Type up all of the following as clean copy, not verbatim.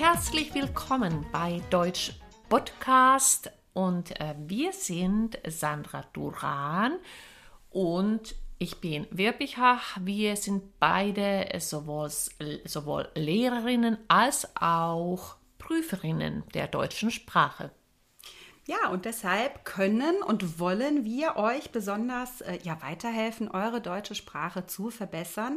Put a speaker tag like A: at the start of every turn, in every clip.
A: Herzlich willkommen bei Deutsch Podcast und wir sind Sandra Duran und ich bin Wirbichach. Wir sind beide sowohl Lehrerinnen als auch Prüferinnen der deutschen Sprache.
B: Ja, und deshalb können und wollen wir euch besonders weiterhelfen, eure deutsche Sprache zu verbessern.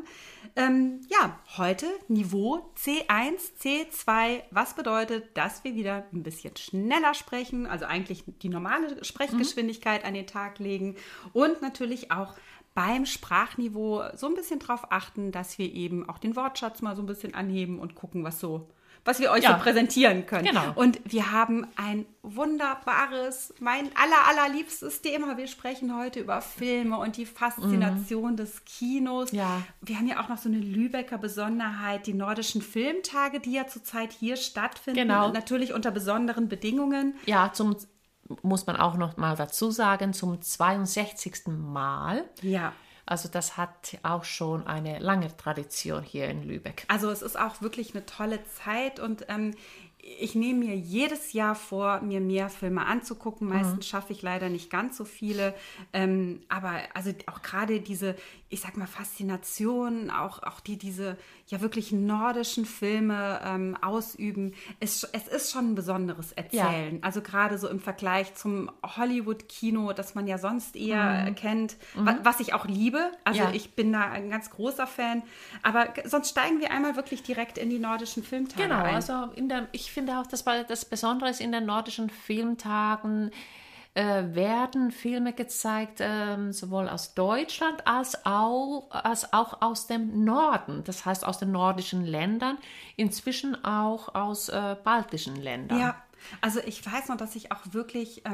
B: Heute Niveau C1, C2, was bedeutet, dass wir wieder ein bisschen schneller sprechen, also eigentlich die normale Sprechgeschwindigkeit an den Tag legen und natürlich auch beim Sprachniveau so ein bisschen darauf achten, dass wir eben auch den Wortschatz mal so ein bisschen anheben und gucken, was wir euch so präsentieren können.
A: Genau.
B: Und wir haben ein wunderbares, mein allerliebstes Thema. Wir sprechen heute über Filme und die Faszination des Kinos.
A: Ja.
B: Wir haben ja auch noch so eine Lübecker Besonderheit, die nordischen Filmtage, die ja zurzeit hier stattfinden.
A: Genau.
B: Natürlich unter besonderen Bedingungen.
A: Ja, muss man auch noch mal dazu sagen, zum 62. Mal.
B: Ja.
A: Also das hat auch schon eine lange Tradition hier in Lübeck.
B: Also es ist auch wirklich eine tolle Zeit und ich nehme mir jedes Jahr vor, mir mehr Filme anzugucken. Meistens schaffe ich leider nicht ganz so viele. Aber also auch gerade diese, ich sag mal, Faszination, auch diese ja wirklich nordischen Filme ausüben. Es ist schon ein besonderes Erzählen. Ja. Also gerade so im Vergleich zum Hollywood-Kino, das man ja sonst eher kennt, was ich auch liebe. Also ich bin da ein ganz großer Fan. Aber sonst steigen wir einmal wirklich direkt in die nordischen Filmtage ein.
A: Genau, also ich finde auch, das Besondere ist, in den nordischen Filmtagen werden Filme gezeigt, sowohl aus Deutschland als auch aus dem Norden. Das heißt, aus den nordischen Ländern, inzwischen auch aus baltischen Ländern.
B: Ja, also ich weiß noch, dass ich auch wirklich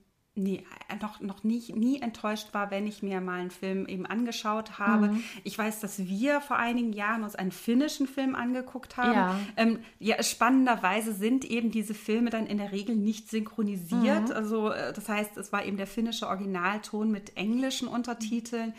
B: noch nie enttäuscht war, wenn ich mir mal einen Film eben angeschaut habe. Ich weiß, dass wir vor einigen Jahren uns einen finnischen Film angeguckt haben. Spannenderweise sind eben diese Filme dann in der Regel nicht synchronisiert. Also das heißt, es war eben der finnische Originalton mit englischen Untertiteln.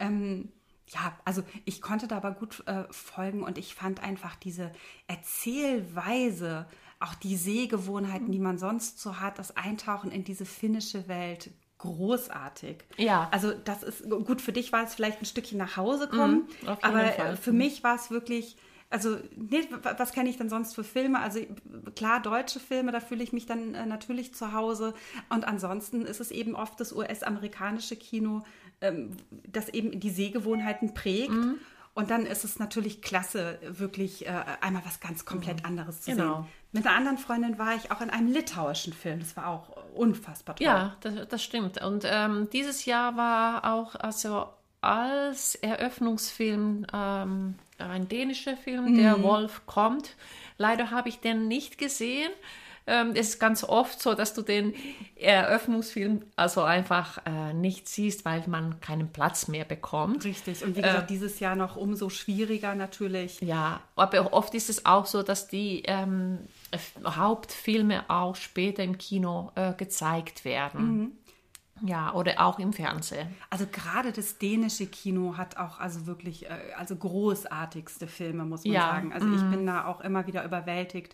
B: Also ich konnte da aber gut folgen und ich fand einfach diese Erzählweise, auch die Sehgewohnheiten, die man sonst so hat, das Eintauchen in diese finnische Welt, großartig.
A: Ja.
B: Also das ist gut, für dich war es vielleicht ein Stückchen nach Hause kommen, aber Fall. Für mich war es wirklich, also was kenne ich denn sonst für Filme? Also klar, deutsche Filme, da fühle ich mich dann natürlich zu Hause und ansonsten ist es eben oft das US-amerikanische Kino, das eben die Sehgewohnheiten prägt. Und dann ist es natürlich klasse, wirklich einmal was ganz komplett anderes zu sehen. Mit einer anderen Freundin war ich auch in einem litauischen Film. Das war auch unfassbar toll.
A: Ja, das stimmt. Und dieses Jahr war auch als Eröffnungsfilm ein dänischer Film, Der Wolf kommt. Leider habe ich den nicht gesehen. Es ist ganz oft so, dass du den Eröffnungsfilm also einfach nicht siehst, weil man keinen Platz mehr bekommt.
B: Richtig. Und wie gesagt, dieses Jahr noch umso schwieriger natürlich.
A: Ja, aber oft ist es auch so, dass die Hauptfilme auch später im Kino gezeigt werden. Ja, oder auch im Fernsehen.
B: Also gerade das dänische Kino hat auch also wirklich großartigste Filme, muss man sagen. Also ich bin da auch immer wieder überwältigt.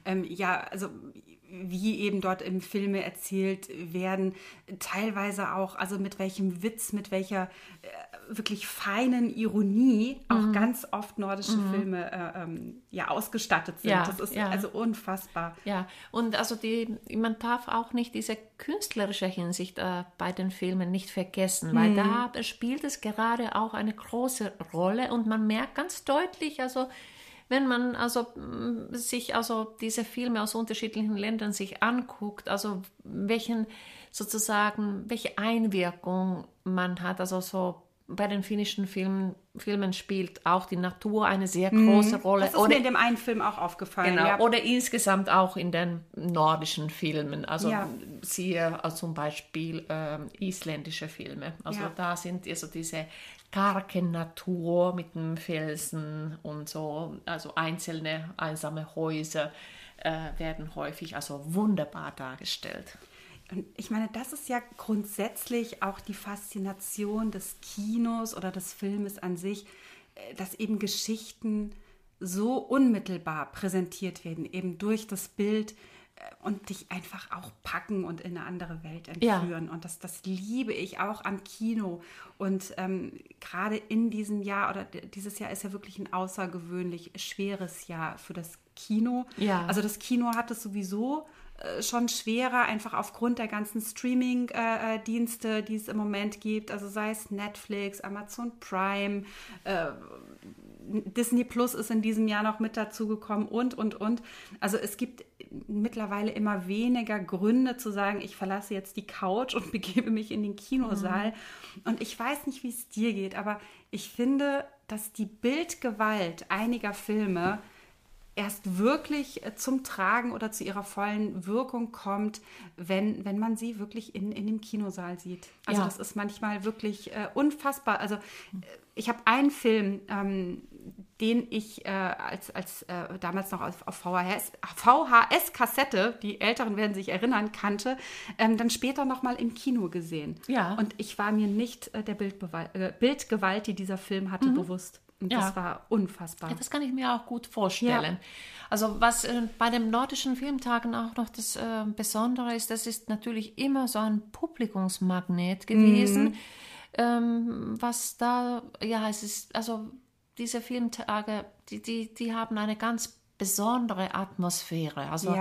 B: Wie eben dort im Filme erzählt werden, teilweise auch, also mit welchem Witz, mit welcher wirklich feinen Ironie auch ganz oft nordische Filme ausgestattet sind. Das ist also unfassbar.
A: Ja, und also man darf auch nicht diese künstlerische Hinsicht bei den Filmen nicht vergessen, weil da spielt es gerade auch eine große Rolle und man merkt ganz deutlich, also wenn man sich diese Filme aus unterschiedlichen Ländern sich anguckt, also welche Einwirkung man hat, also so bei den finnischen Filmen spielt auch die Natur eine sehr große Rolle.
B: Das ist mir in dem einen Film auch aufgefallen.
A: Genau,
B: ja.
A: Oder insgesamt auch in den nordischen Filmen. Also siehe zum Beispiel isländische Filme. Also da sind also diese karge Natur mit dem Felsen und so, also einzelne einsame Häuser werden häufig also wunderbar dargestellt.
B: Und ich meine, das ist ja grundsätzlich auch die Faszination des Kinos oder des Filmes an sich, dass eben Geschichten so unmittelbar präsentiert werden, eben durch das Bild und dich einfach auch packen und in eine andere Welt entführen. Und das liebe ich auch am Kino. Und gerade in diesem Jahr, oder dieses Jahr ist ja wirklich ein außergewöhnlich schweres Jahr für das Kino.
A: Ja.
B: Also das Kino hat es sowieso schon schwerer, einfach aufgrund der ganzen Streaming-Dienste, die es im Moment gibt. Also sei es Netflix, Amazon Prime, Disney Plus ist in diesem Jahr noch mit dazugekommen und. Also es gibt mittlerweile immer weniger Gründe zu sagen, ich verlasse jetzt die Couch und begebe mich in den Kinosaal. Und ich weiß nicht, wie es dir geht, aber ich finde, dass die Bildgewalt einiger Filme erst wirklich zum Tragen oder zu ihrer vollen Wirkung kommt, wenn man sie wirklich in dem Kinosaal sieht. Also das ist manchmal wirklich unfassbar. Also ich habe einen Film, den ich als damals noch auf VHS-Kassette, die Älteren werden sich erinnern, kannte, dann später noch mal im Kino gesehen.
A: Ja.
B: Und ich war mir nicht der Bildgewalt, die dieser Film hatte, bewusst. Und das war unfassbar.
A: Ja, das kann ich mir auch gut vorstellen. Ja. Also was bei den Nordischen Filmtagen auch noch das Besondere ist, das ist natürlich immer so ein Publikumsmagnet gewesen. Was da, es ist, also diese Filmtage, die haben eine ganz besondere Atmosphäre. Also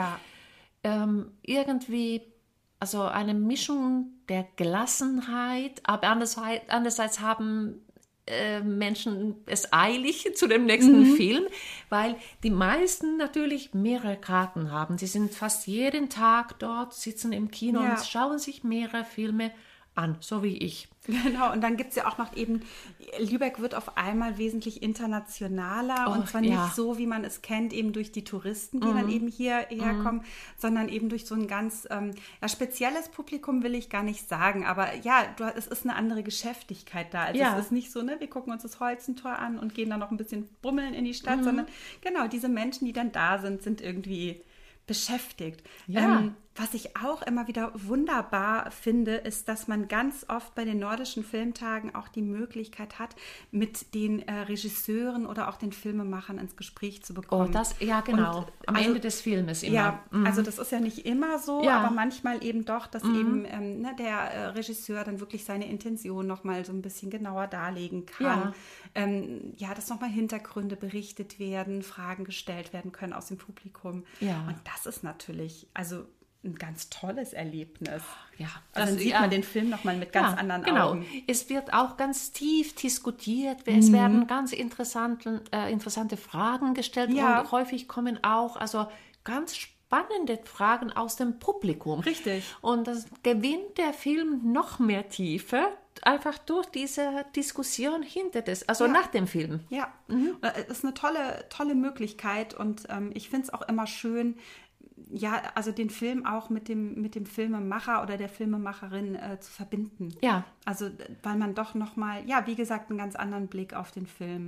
A: irgendwie, also eine Mischung der Gelassenheit, aber andererseits haben Menschen es eilig zu dem nächsten Film, weil die meisten natürlich mehrere Karten haben. Sie sind fast jeden Tag dort, sitzen im Kino und schauen sich mehrere Filme an, so wie ich.
B: Genau, und dann gibt es ja auch noch eben, Lübeck wird auf einmal wesentlich internationaler und zwar nicht so, wie man es kennt, eben durch die Touristen, die dann eben hierher kommen, sondern eben durch so ein ganz spezielles Publikum, will ich gar nicht sagen, aber es ist eine andere Geschäftigkeit da. Also es ist nicht so, ne, wir gucken uns das Holzentor an und gehen dann noch ein bisschen bummeln in die Stadt, sondern genau, diese Menschen, die dann da sind irgendwie beschäftigt.
A: Ja.
B: Was ich auch immer wieder wunderbar finde, ist, dass man ganz oft bei den Nordischen Filmtagen auch die Möglichkeit hat, mit den Regisseuren oder auch den Filmemachern ins Gespräch zu bekommen.
A: Genau. Und, am Ende des Filmes immer.
B: Ja, also das ist ja nicht immer so, aber manchmal eben doch, dass eben der Regisseur dann wirklich seine Intention nochmal so ein bisschen genauer darlegen kann. Dass nochmal Hintergründe berichtet werden, Fragen gestellt werden können aus dem Publikum.
A: Ja.
B: Und das ist natürlich, also ein ganz tolles Erlebnis.
A: Ja,
B: also dann sieht man den Film nochmal mit ganz anderen Augen.
A: Es wird auch ganz tief diskutiert. Es werden ganz interessante Fragen gestellt und häufig kommen auch ganz spannende Fragen aus dem Publikum.
B: Richtig.
A: Und das gewinnt der Film noch mehr Tiefe, einfach durch diese Diskussion nach dem Film.
B: Ja, es ist eine tolle Möglichkeit und ich finde es auch immer schön, also den Film auch mit dem Filmemacher oder der Filmemacherin zu verbinden.
A: Ja.
B: Also, weil man doch nochmal, wie gesagt, einen ganz anderen Blick auf den Film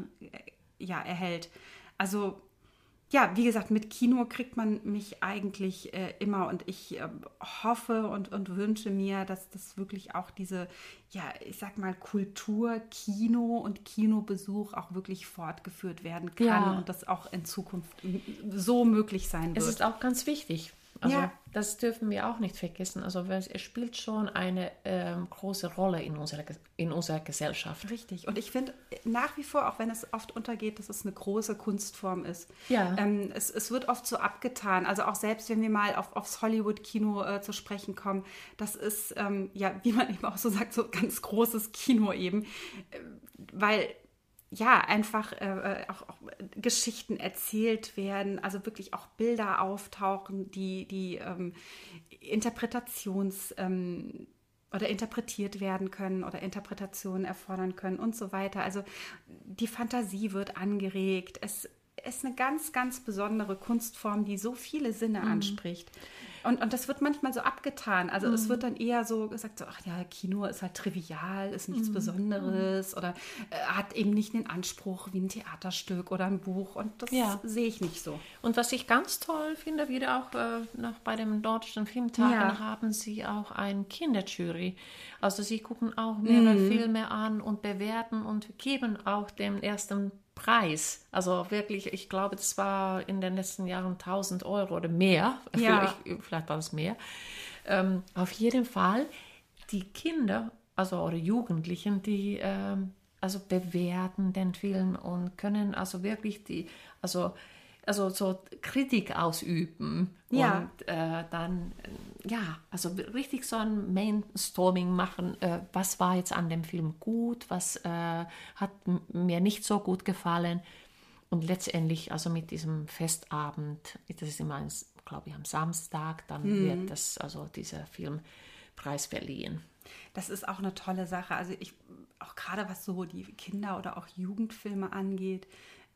B: erhält. Also, wie gesagt, mit Kino kriegt man mich eigentlich immer und ich hoffe und wünsche mir, dass das wirklich auch diese, ich sag mal, Kultur, Kino und Kinobesuch auch wirklich fortgeführt werden kann und das auch in Zukunft so möglich sein wird.
A: Es ist auch ganz wichtig. Also das dürfen wir auch nicht vergessen. Also es spielt schon eine große Rolle in unserer Gesellschaft.
B: Richtig. Und ich finde nach wie vor, auch wenn es oft untergeht, dass es eine große Kunstform ist.
A: Ja.
B: Es wird oft so abgetan. Also auch selbst, wenn wir mal aufs Hollywood-Kino zu sprechen kommen, das ist, wie man eben auch so sagt, so ganz großes Kino eben. Weil einfach auch Geschichten erzählt werden, also wirklich auch Bilder auftauchen, die oder interpretiert werden können oder Interpretationen erfordern können und so weiter. Also die Fantasie wird angeregt. Es ist eine ganz, ganz besondere Kunstform, die so viele Sinne anspricht. Und das wird manchmal so abgetan. Also es wird dann eher so gesagt, so, Kino ist halt trivial, ist nichts Besonderes oder hat eben nicht den Anspruch wie ein Theaterstück oder ein Buch. Und das sehe ich nicht so.
A: Und was ich ganz toll finde, wieder auch noch bei den Nordischen Filmtagen haben sie auch ein Kinderjury. Also sie gucken auch mehrere Filme an und bewerten und geben auch dem ersten Preis. Also wirklich, ich glaube, das war in den letzten Jahren 1.000 Euro oder mehr.
B: Ja.
A: Vielleicht war es mehr. Auf jeden Fall, die Kinder, also oder Jugendlichen, die also bewerten den Film und können also wirklich also so Kritik ausüben und dann, also richtig so ein Mainstorming machen, was war jetzt an dem Film gut, was hat mir nicht so gut gefallen. Und letztendlich, also mit diesem Festabend, das ist immer, glaube ich, am Samstag, dann wird dieser Filmpreis verliehen.
B: Das ist auch eine tolle Sache. Also auch gerade was so die Kinder- oder auch Jugendfilme angeht,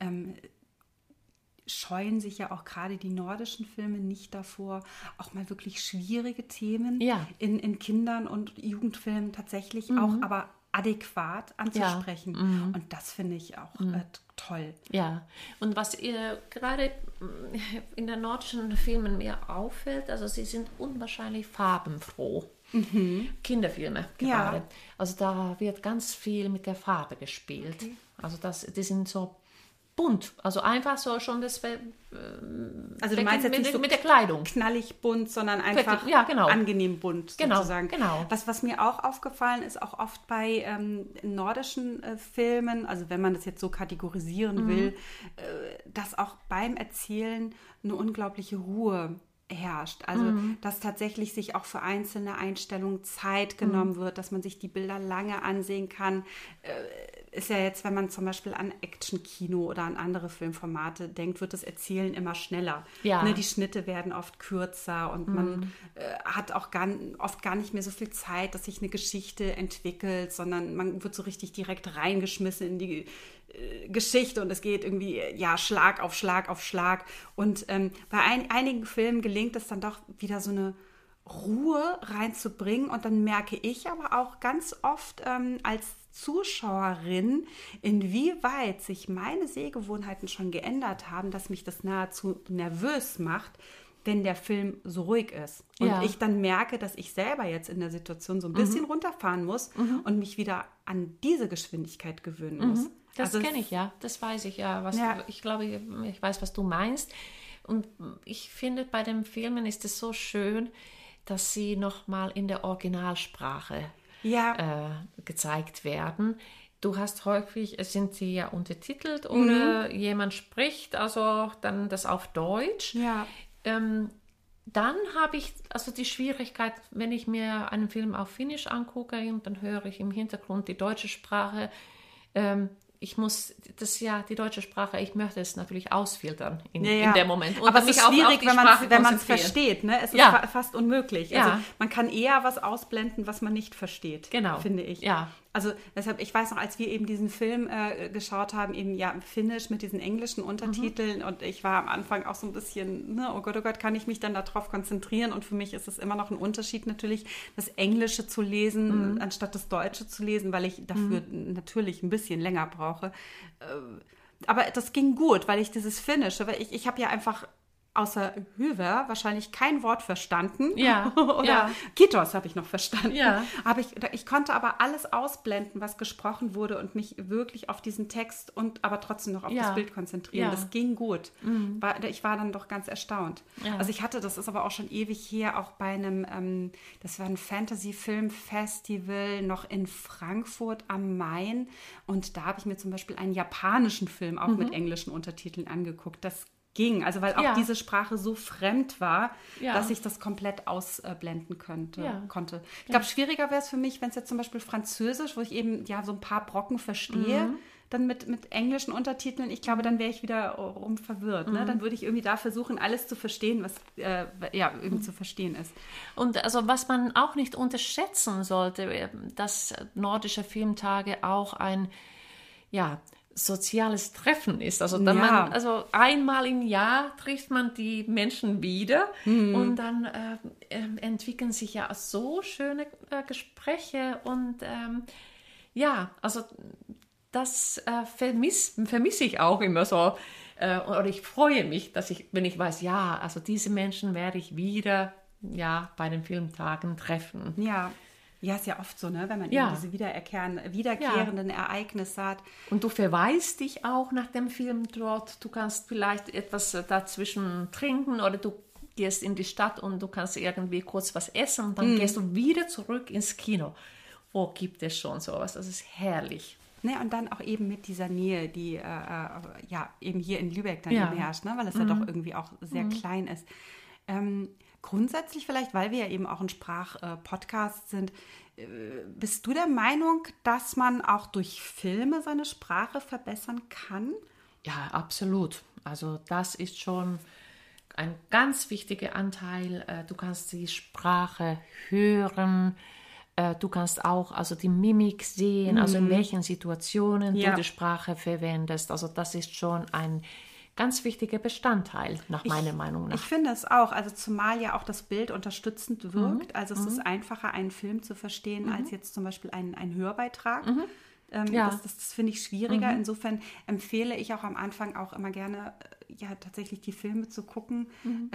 B: scheuen sich ja auch gerade die nordischen Filme nicht davor, auch mal wirklich schwierige Themen in Kindern- und Jugendfilmen tatsächlich auch aber adäquat anzusprechen. Ja. Und das finde ich auch toll.
A: Ja, und was gerade in den nordischen Filmen mir auffällt, also sie sind unwahrscheinlich farbenfroh. Kinderfilme gerade. Ja. Also da wird ganz viel mit der Farbe gespielt. Okay. Also die sind so bunt, also einfach so schon das
B: also du meinst jetzt nicht so
A: mit der Kleidung
B: knallig bunt, sondern einfach angenehm bunt sozusagen.
A: Genau.
B: Was mir auch aufgefallen ist, auch oft bei nordischen Filmen, also wenn man das jetzt so kategorisieren will, dass auch beim Erzählen eine unglaubliche Ruhe herrscht. Also, dass tatsächlich sich auch für einzelne Einstellungen Zeit genommen wird, dass man sich die Bilder lange ansehen kann. Ist ja jetzt, wenn man zum Beispiel an Action-Kino oder an andere Filmformate denkt, wird das Erzählen immer schneller. Ja. Ne, die Schnitte werden oft kürzer und man hat auch oft gar nicht mehr so viel Zeit, dass sich eine Geschichte entwickelt, sondern man wird so richtig direkt reingeschmissen in die Geschichte und es geht irgendwie Schlag auf Schlag auf Schlag. Und bei einigen Filmen gelingt es dann doch wieder so eine Ruhe reinzubringen und dann merke ich aber auch ganz oft als Zuschauerin, inwieweit sich meine Sehgewohnheiten schon geändert haben, dass mich das nahezu nervös macht, wenn der Film so ruhig ist. Und ich dann merke, dass ich selber jetzt in der Situation so ein bisschen runterfahren muss und mich wieder an diese Geschwindigkeit gewöhnen muss.
A: Das kenne ich das weiß ich Ich glaube, ich weiß, was du meinst. Und ich finde, bei den Filmen ist es so schön, dass sie nochmal in der Originalsprache gezeigt werden. Du hast häufig, sind sie ja untertitelt oder jemand spricht, also dann das auf Deutsch.
B: Ja.
A: Dann habe ich also die Schwierigkeit, wenn ich mir einen Film auf Finnisch angucke und dann höre ich im Hintergrund die deutsche Sprache. Ich muss die deutsche Sprache, ich möchte es natürlich ausfiltern in dem Moment.
B: Und aber es ist schwierig, wenn man es versteht. Ne? Es ist fast unmöglich. Also man kann eher was ausblenden, was man nicht versteht, finde ich.
A: Ja.
B: Also deshalb, ich weiß noch, als wir eben diesen Film geschaut haben, eben Finnisch mit diesen englischen Untertiteln und ich war am Anfang auch so ein bisschen, oh Gott, kann ich mich dann darauf konzentrieren? Und für mich ist es immer noch ein Unterschied natürlich, das Englische zu lesen, anstatt das Deutsche zu lesen, weil ich dafür natürlich ein bisschen länger brauche. Aber das ging gut, weil ich dieses Finnische, weil ich habe ja einfach außer Hyvä wahrscheinlich kein Wort verstanden.
A: Ja.
B: Oder Kitos habe ich noch verstanden.
A: Ja.
B: Aber ich konnte aber alles ausblenden, was gesprochen wurde und mich wirklich auf diesen Text und aber trotzdem noch auf das Bild konzentrieren. Ja. Das ging gut. Ich war dann doch ganz erstaunt. Ja. Also ich hatte, das ist aber auch schon ewig her, auch bei einem, das war ein Fantasy-Film-Festival noch in Frankfurt am Main und da habe ich mir zum Beispiel einen japanischen Film auch mit englischen Untertiteln angeguckt. Das ging, also weil auch diese Sprache so fremd war, dass ich das komplett ausblenden konnte. Ich glaube, schwieriger wäre es für mich, wenn es jetzt zum Beispiel Französisch, wo ich eben so ein paar Brocken verstehe, dann mit englischen Untertiteln, ich glaube, dann wäre ich wieder verwirrt. Ne? Dann würde ich irgendwie da versuchen, alles zu verstehen, was irgendwie zu verstehen ist.
A: Und also was man auch nicht unterschätzen sollte, dass nordische Filmtage auch ein soziales Treffen ist. Also einmal im Jahr trifft man die Menschen wieder und dann entwickeln sich ja so schöne Gespräche und also das vermisse ich auch immer so. Oder ich freue mich, wenn ich weiß, also diese Menschen werde ich wieder bei den Filmtagen treffen.
B: Ja. Ja, ist ja oft so, ne? Wenn man
A: Ja.
B: eben diese wiederkehrenden Ereignisse hat.
A: Und du verweist dich auch nach dem Film dort. Du kannst vielleicht etwas dazwischen trinken oder du gehst in die Stadt und du kannst irgendwie kurz was essen und dann gehst du wieder zurück ins Kino. Wo gibt es schon sowas? Das ist herrlich.
B: Ne, und dann auch eben mit dieser Nähe, die ja eben hier in Lübeck dann eben herrscht, ne? Weil es ja doch irgendwie auch sehr klein ist. Grundsätzlich vielleicht, weil wir ja eben auch ein Sprachpodcast sind, bist du der Meinung, dass man auch durch Filme seine Sprache verbessern kann?
A: Ja, absolut. Also das ist schon ein ganz wichtiger Anteil. Du kannst die Sprache hören. Du kannst auch also die Mimik sehen, also in welchen Situationen du die Sprache verwendest. Also das ist schon ein ganz wichtiger Bestandteil, nach meiner Meinung nach.
B: Ich finde es auch, also zumal ja auch das Bild unterstützend wirkt. Also es ist einfacher, einen Film zu verstehen, als jetzt zum Beispiel einen Hörbeitrag. Das finde ich schwieriger. Insofern empfehle ich auch am Anfang auch immer gerne, ja, tatsächlich die Filme zu gucken.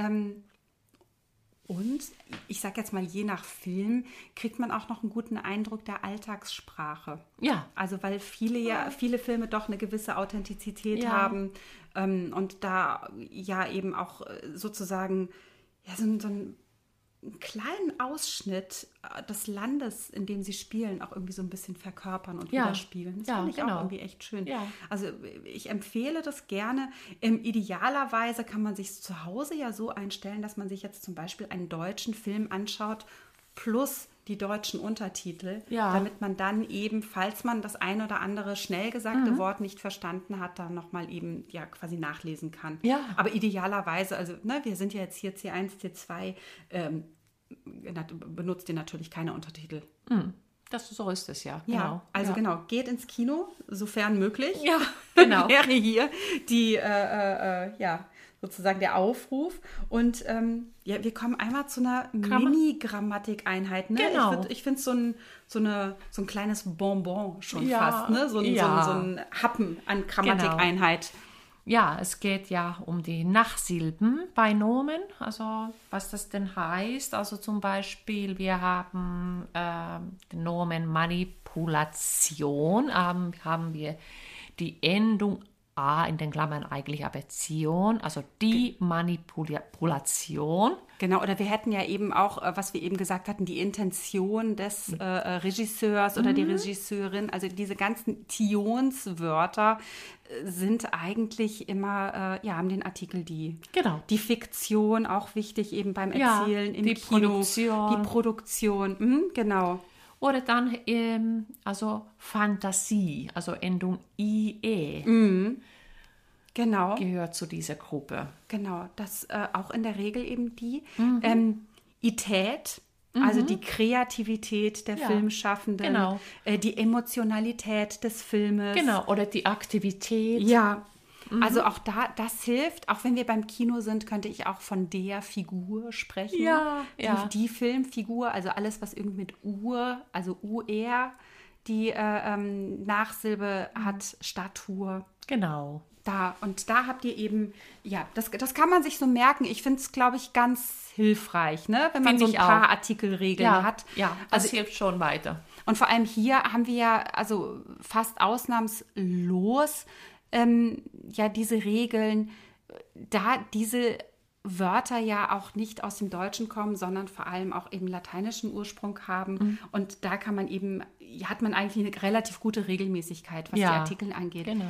B: Und ich sage jetzt mal, je nach Film kriegt man auch noch einen guten Eindruck der Alltagssprache.
A: Ja.
B: Also weil viele Filme doch eine gewisse Authentizität haben und da ja eben auch sozusagen so einen kleinen Ausschnitt des Landes, in dem sie spielen, auch irgendwie so ein bisschen verkörpern und widerspiegeln. Das finde ich auch irgendwie echt schön. Ja. Also ich empfehle das gerne. Idealerweise kann man sich zu Hause ja so einstellen, dass man sich jetzt zum Beispiel einen deutschen Film anschaut, plus die deutschen Untertitel, damit man dann eben, falls man das ein oder andere schnell gesagte Wort nicht verstanden hat, dann nochmal eben ja quasi nachlesen kann. Ja. Aber idealerweise, also ne, wir sind ja jetzt hier C1, C2, benutzt ihr natürlich keine Untertitel.
A: So ist es ja.
B: Genau. Also genau, geht ins Kino, sofern möglich.
A: Ja, genau.
B: Wäre hier die sozusagen der Aufruf. Und wir kommen einmal zu einer Mini-Grammatikeinheit. Ne?
A: Genau.
B: Ich finde es so ein kleines Bonbon schon fast. Ne? So ein Happen an Grammatikeinheit.
A: Ja, es geht ja um die Nachsilben bei Nomen, also was das denn heißt. Also zum Beispiel, wir haben den Nomen Manipulation, haben wir die Endung A in den Klammern eigentlich aber Zion, also die Manipulation.
B: Genau, oder wir hätten ja eben auch, was wir eben gesagt hatten, die Intention des Regisseurs oder die Regisseurin. Also diese ganzen Tionswörter sind eigentlich immer, haben den Artikel die.
A: Genau.
B: Die Fiktion, auch wichtig eben beim Erzählen im Kino. Die Produktion, genau.
A: Oder dann also Fantasie, also Endung IE.
B: Genau.
A: Gehört zu dieser Gruppe.
B: Genau, das auch in der Regel eben die Ität, also die Kreativität der Filmschaffenden,
A: genau.
B: Die Emotionalität des Filmes.
A: Genau, oder die Aktivität.
B: Ja, also auch das hilft. Auch wenn wir beim Kino sind, könnte ich auch von der Figur sprechen.
A: Ja.
B: Die Filmfigur, also alles, was irgendwie mit also UR, die Nachsilbe hat, Statur.
A: Genau.
B: Da habt ihr eben, das kann man sich so merken. Ich finde es, glaube ich, ganz hilfreich, ne? Wenn man so ein paar Artikelregeln hat.
A: Ja, das hilft schon weiter.
B: Und vor allem hier haben wir ja also fast ausnahmslos diese Regeln, da diese Wörter ja auch nicht aus dem Deutschen kommen, sondern vor allem auch eben lateinischen Ursprung haben. Und da kann man eben, hat man eigentlich eine relativ gute Regelmäßigkeit, was die Artikel angeht.
A: Genau.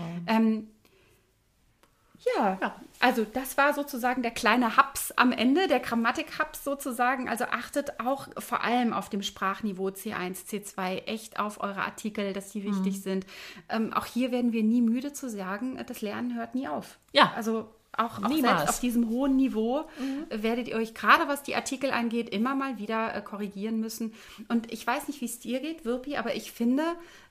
B: Also das war sozusagen der kleine Haps am Ende, der Grammatik-Haps sozusagen. Also achtet auch vor allem auf dem Sprachniveau C1, C2 echt auf eure Artikel, dass die wichtig sind. Auch hier werden wir nie müde zu sagen, das Lernen hört nie auf.
A: Ja.
B: Also auch selbst auf diesem hohen Niveau werdet ihr euch, gerade was die Artikel angeht, immer mal wieder korrigieren müssen. Und ich weiß nicht, wie es dir geht, Wirpi, aber ich finde,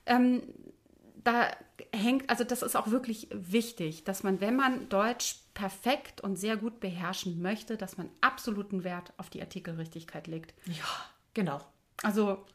B: das ist auch wirklich wichtig, dass man, wenn man Deutsch perfekt und sehr gut beherrschen möchte, dass man absoluten Wert auf die Artikelrichtigkeit legt.
A: Ja, genau.
B: Also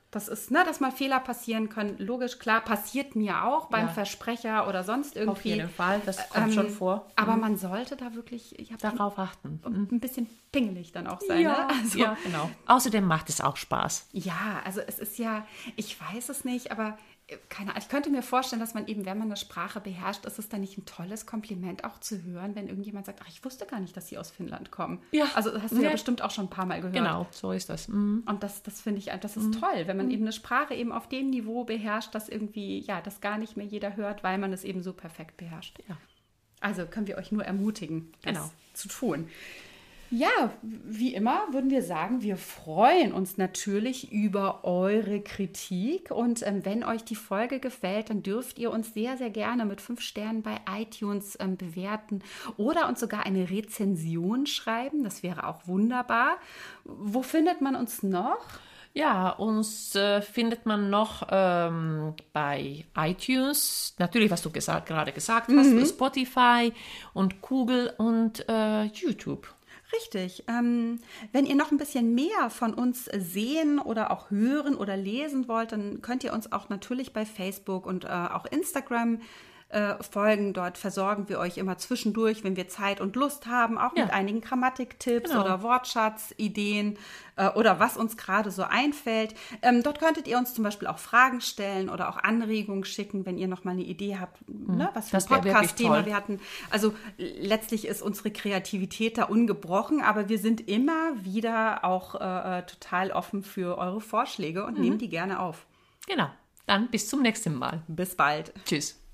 B: Das ist, ne, dass mal Fehler passieren können. Logisch, klar, passiert mir auch beim Versprecher oder sonst irgendwie.
A: Auf jeden Fall, das kommt schon vor.
B: Aber man sollte da wirklich
A: darauf achten.
B: Ein bisschen pingelig dann auch sein.
A: Ja,
B: ne? Also,
A: ja, genau. Außerdem macht es auch Spaß.
B: ja, also es ist ja, ich weiß es nicht, aber keine Ahnung, ich könnte mir vorstellen, dass man eben, wenn man eine Sprache beherrscht, ist es dann nicht ein tolles Kompliment auch zu hören, wenn irgendjemand sagt, ach, ich wusste gar nicht, dass Sie aus Finnland kommen.
A: Ja.
B: Also das hast du ja bestimmt auch schon ein paar Mal gehört.
A: Genau, so ist das. Mhm.
B: Und das finde ich, das ist toll, wenn man eben eine Sprache eben auf dem Niveau beherrscht, dass irgendwie, ja, das gar nicht mehr jeder hört, weil man es eben so perfekt beherrscht.
A: Ja.
B: Also können wir euch nur ermutigen, das
A: Genau.
B: zu tun. Ja, wie immer würden wir sagen, wir freuen uns natürlich über eure Kritik und wenn euch die Folge gefällt, dann dürft ihr uns sehr, sehr gerne mit 5 Sternen bei iTunes bewerten oder uns sogar eine Rezension schreiben. Das wäre auch wunderbar. Wo findet man uns noch?
A: Ja, uns findet man noch bei iTunes, natürlich, was du gerade gesagt hast, Spotify und Google und YouTube.
B: Richtig. Wenn ihr noch ein bisschen mehr von uns sehen oder auch hören oder lesen wollt, dann könnt ihr uns auch natürlich bei Facebook und auch Instagram folgen. Dort versorgen wir euch immer zwischendurch, wenn wir Zeit und Lust haben, auch mit einigen Grammatiktipps oder Wortschatzideen oder was uns gerade so einfällt. Dort könntet ihr uns zum Beispiel auch Fragen stellen oder auch Anregungen schicken, wenn ihr noch mal eine Idee habt, ne, was für ein Podcast-Thema wir hatten. Also letztlich ist unsere Kreativität da ungebrochen, aber wir sind immer wieder auch total offen für eure Vorschläge und nehmen die gerne auf.
A: Genau, dann bis zum nächsten Mal.
B: Bis bald.
A: Tschüss.